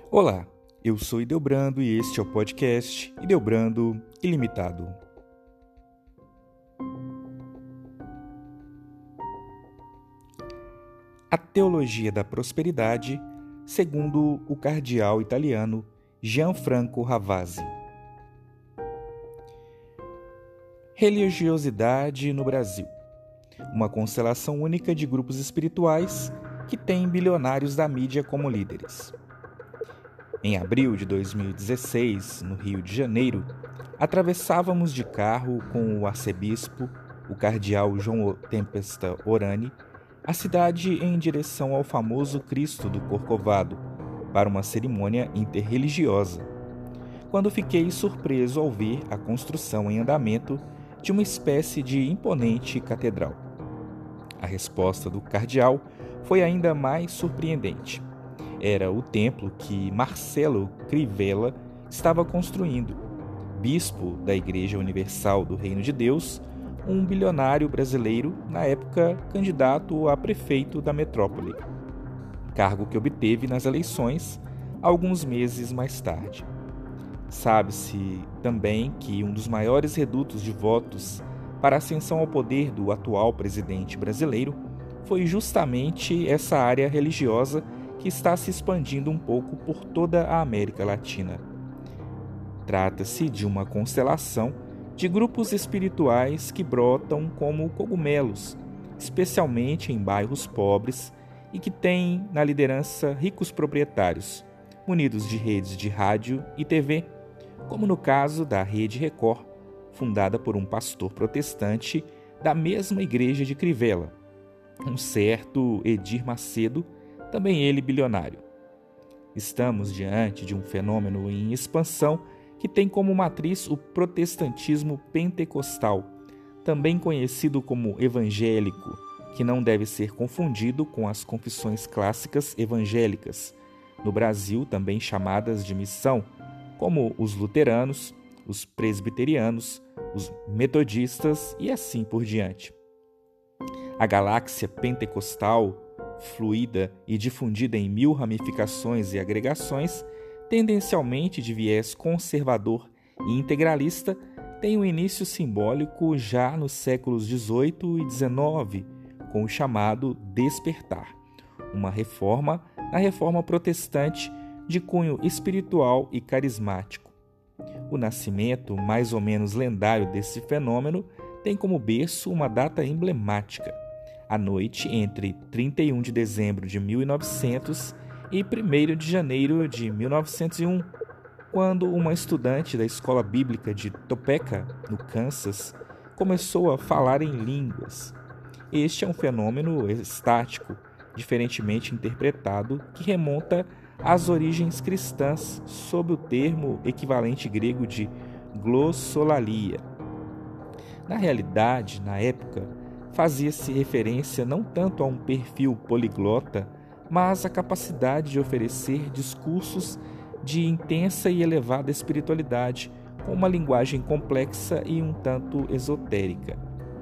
Olá, eu sou Ideobrando e este é o podcast Ideobrando Ilimitado. A teologia da prosperidade, segundo o cardeal italiano Gianfranco Ravasi. Religiosidade no Brasil. Uma constelação única de grupos espirituais que tem bilionários da mídia como líderes. Em abril de 2016, no Rio de Janeiro, atravessávamos de carro com o arcebispo, o cardeal João Tempesta Orani, a cidade em direção ao famoso Cristo do Corcovado, para uma cerimônia interreligiosa, quando fiquei surpreso ao ver a construção em andamento de uma espécie de imponente catedral. A resposta do cardeal foi ainda mais surpreendente. Era o templo que Marcelo Crivella estava construindo, bispo da Igreja Universal do Reino de Deus, um bilionário brasileiro, na época candidato a prefeito da metrópole, cargo que obteve nas eleições alguns meses mais tarde. Sabe-se também que um dos maiores redutos de votos para a ascensão ao poder do atual presidente brasileiro foi justamente essa área religiosa que está se expandindo um pouco por toda a América Latina. Trata-se de uma constelação de grupos espirituais que brotam como cogumelos, especialmente em bairros pobres e que têm na liderança ricos proprietários, munidos de redes de rádio e TV, como no caso da Rede Record, fundada por um pastor protestante da mesma igreja de Crivella, um certo Edir Macedo, também ele bilionário. Estamos diante de um fenômeno em expansão que tem como matriz o protestantismo pentecostal, também conhecido como evangélico, que não deve ser confundido com as confissões clássicas evangélicas, no Brasil também chamadas de missão, como os luteranos, os presbiterianos, os metodistas e assim por diante. A galáxia pentecostal, fluida e difundida em 1000 ramificações e agregações, tendencialmente de viés conservador e integralista, tem um início simbólico já nos séculos XVIII e XIX, com o chamado Despertar, uma reforma na reforma protestante de cunho espiritual e carismático. O nascimento mais ou menos lendário desse fenômeno tem como berço uma data emblemática, a noite entre 31 de dezembro de 1900 e 1º de janeiro de 1901, quando uma estudante da escola bíblica de Topeka, no Kansas, começou a falar em línguas. Este é um fenômeno estático, diferentemente interpretado, que remonta às origens cristãs sob o termo equivalente grego de glossolalia. Na realidade, na época, fazia-se referência não tanto a um perfil poliglota, mas à capacidade de oferecer discursos de intensa e elevada espiritualidade, com uma linguagem complexa e um tanto esotérica.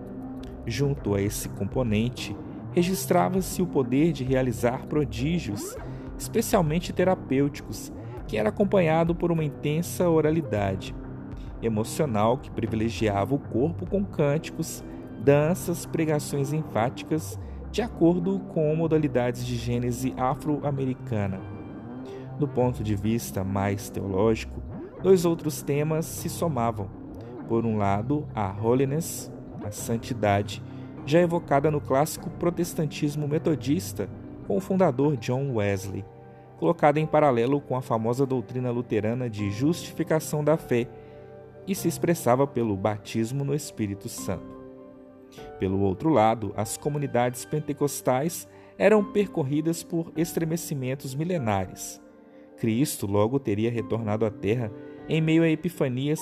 Junto a esse componente, registrava-se o poder de realizar prodígios, especialmente terapêuticos, que era acompanhado por uma intensa oralidade emocional que privilegiava o corpo com cânticos, danças, pregações enfáticas, de acordo com modalidades de gênese afro-americana. Do ponto de vista mais teológico, dois outros temas se somavam. Por um lado, a holiness, a santidade, já evocada no clássico protestantismo metodista com o fundador John Wesley, colocada em paralelo com a famosa doutrina luterana de justificação da fé, e se expressava pelo batismo no Espírito Santo. Pelo outro lado, as comunidades pentecostais eram percorridas por estremecimentos milenares. Cristo logo teria retornado à Terra em meio a epifanias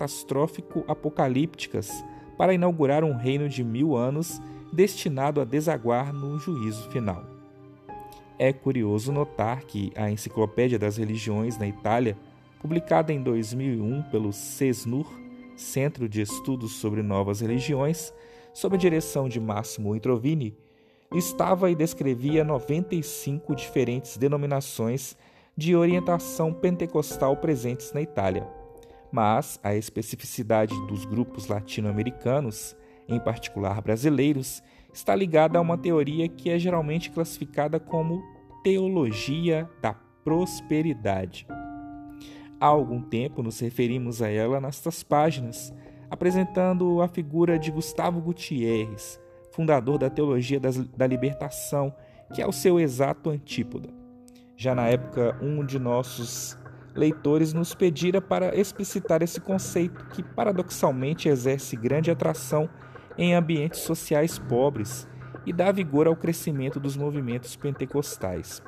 catastrófico-apocalípticas para inaugurar um reino de 1000 anos destinado a desaguar no juízo final. É curioso notar que a Enciclopédia das Religiões na Itália, publicada em 2001 pelo CESNUR, Centro de Estudos sobre Novas Religiões, sob a direção de Massimo Introvini, listava e descrevia 95 diferentes denominações de orientação pentecostal presentes na Itália. Mas a especificidade dos grupos latino-americanos, em particular brasileiros, está ligada a uma teoria que é geralmente classificada como teologia da prosperidade. Há algum tempo nos referimos a ela nestas páginas, apresentando a figura de Gustavo Gutierrez, fundador da teologia da libertação, que é o seu exato antípoda. Já na época, um de nossos leitores nos pedira para explicitar esse conceito que, paradoxalmente, exerce grande atração em ambientes sociais pobres e dá vigor ao crescimento dos movimentos pentecostais.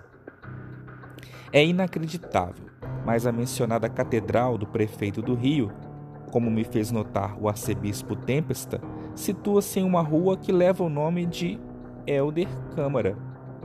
É inacreditável, mas a mencionada catedral do prefeito do Rio, como me fez notar o arcebispo Tempesta, situa-se em uma rua que leva o nome de Helder Câmara,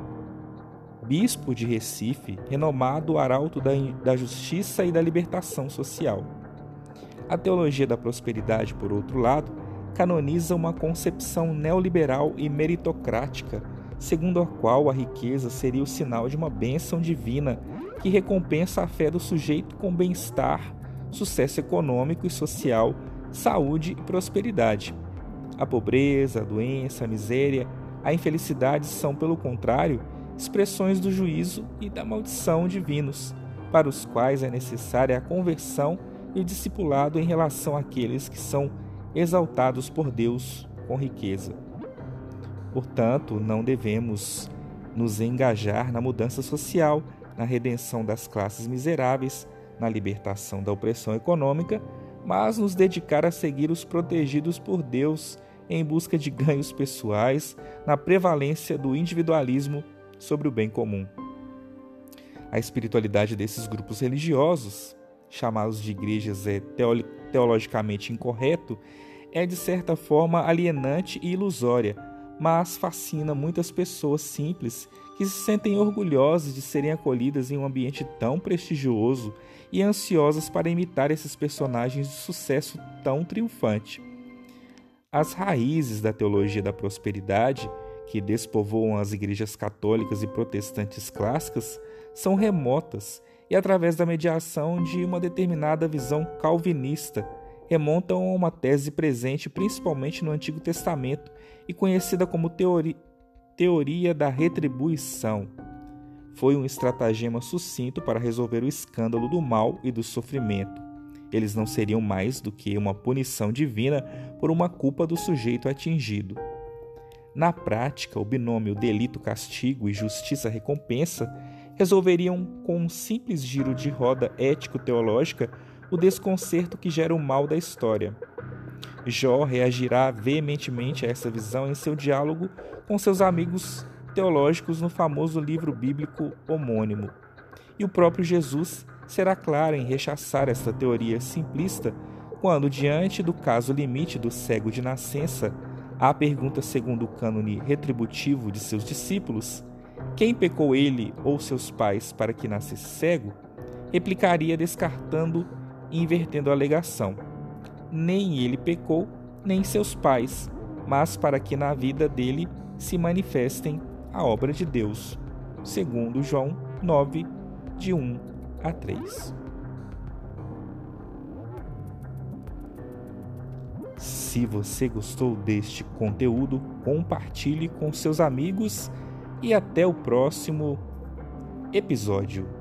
bispo de Recife, renomado arauto da justiça e da libertação social. A teologia da prosperidade, por outro lado, canoniza uma concepção neoliberal e meritocrática, segundo a qual a riqueza seria o sinal de uma bênção divina que recompensa a fé do sujeito com bem-estar, sucesso econômico e social, saúde e prosperidade. A pobreza, a doença, a miséria, a infelicidade são, pelo contrário, expressões do juízo e da maldição divinos, para os quais é necessária a conversão e o discipulado em relação àqueles que são exaltados por Deus com riqueza. Portanto, não devemos nos engajar na mudança social, na redenção das classes miseráveis, na libertação da opressão econômica, mas nos dedicar a seguir os protegidos por Deus em busca de ganhos pessoais, na prevalência do individualismo sobre o bem comum. A espiritualidade desses grupos religiosos, chamados de igrejas teologicamente incorreto, é de certa forma alienante e ilusória, mas fascina muitas pessoas simples que se sentem orgulhosas de serem acolhidas em um ambiente tão prestigioso e ansiosas para imitar esses personagens de sucesso tão triunfante. As raízes da teologia da prosperidade, que despovoam as igrejas católicas e protestantes clássicas, são remotas e, através da mediação de uma determinada visão calvinista, remontam a uma tese presente principalmente no Antigo Testamento e conhecida como teoria da retribuição. Foi um estratagema sucinto para resolver o escândalo do mal e do sofrimento. Eles não seriam mais do que uma punição divina por uma culpa do sujeito atingido. Na prática, o binômio delito-castigo e justiça-recompensa resolveriam, com um simples giro de roda ético-teológica, o desconcerto que gera o mal da história. Jó reagirá veementemente a essa visão em seu diálogo com seus amigos teológicos no famoso livro bíblico homônimo. E o próprio Jesus será claro em rechaçar esta teoria simplista quando, diante do caso limite do cego de nascença, à pergunta segundo o cânone retributivo de seus discípulos, quem pecou ele ou seus pais para que nascesse cego, replicaria descartando e invertendo a alegação. Nem ele pecou, nem seus pais, mas para que na vida dele se manifestem a obra de Deus. Segundo João 9, de 1 a 3. Se você gostou deste conteúdo, compartilhe com seus amigos e até o próximo episódio.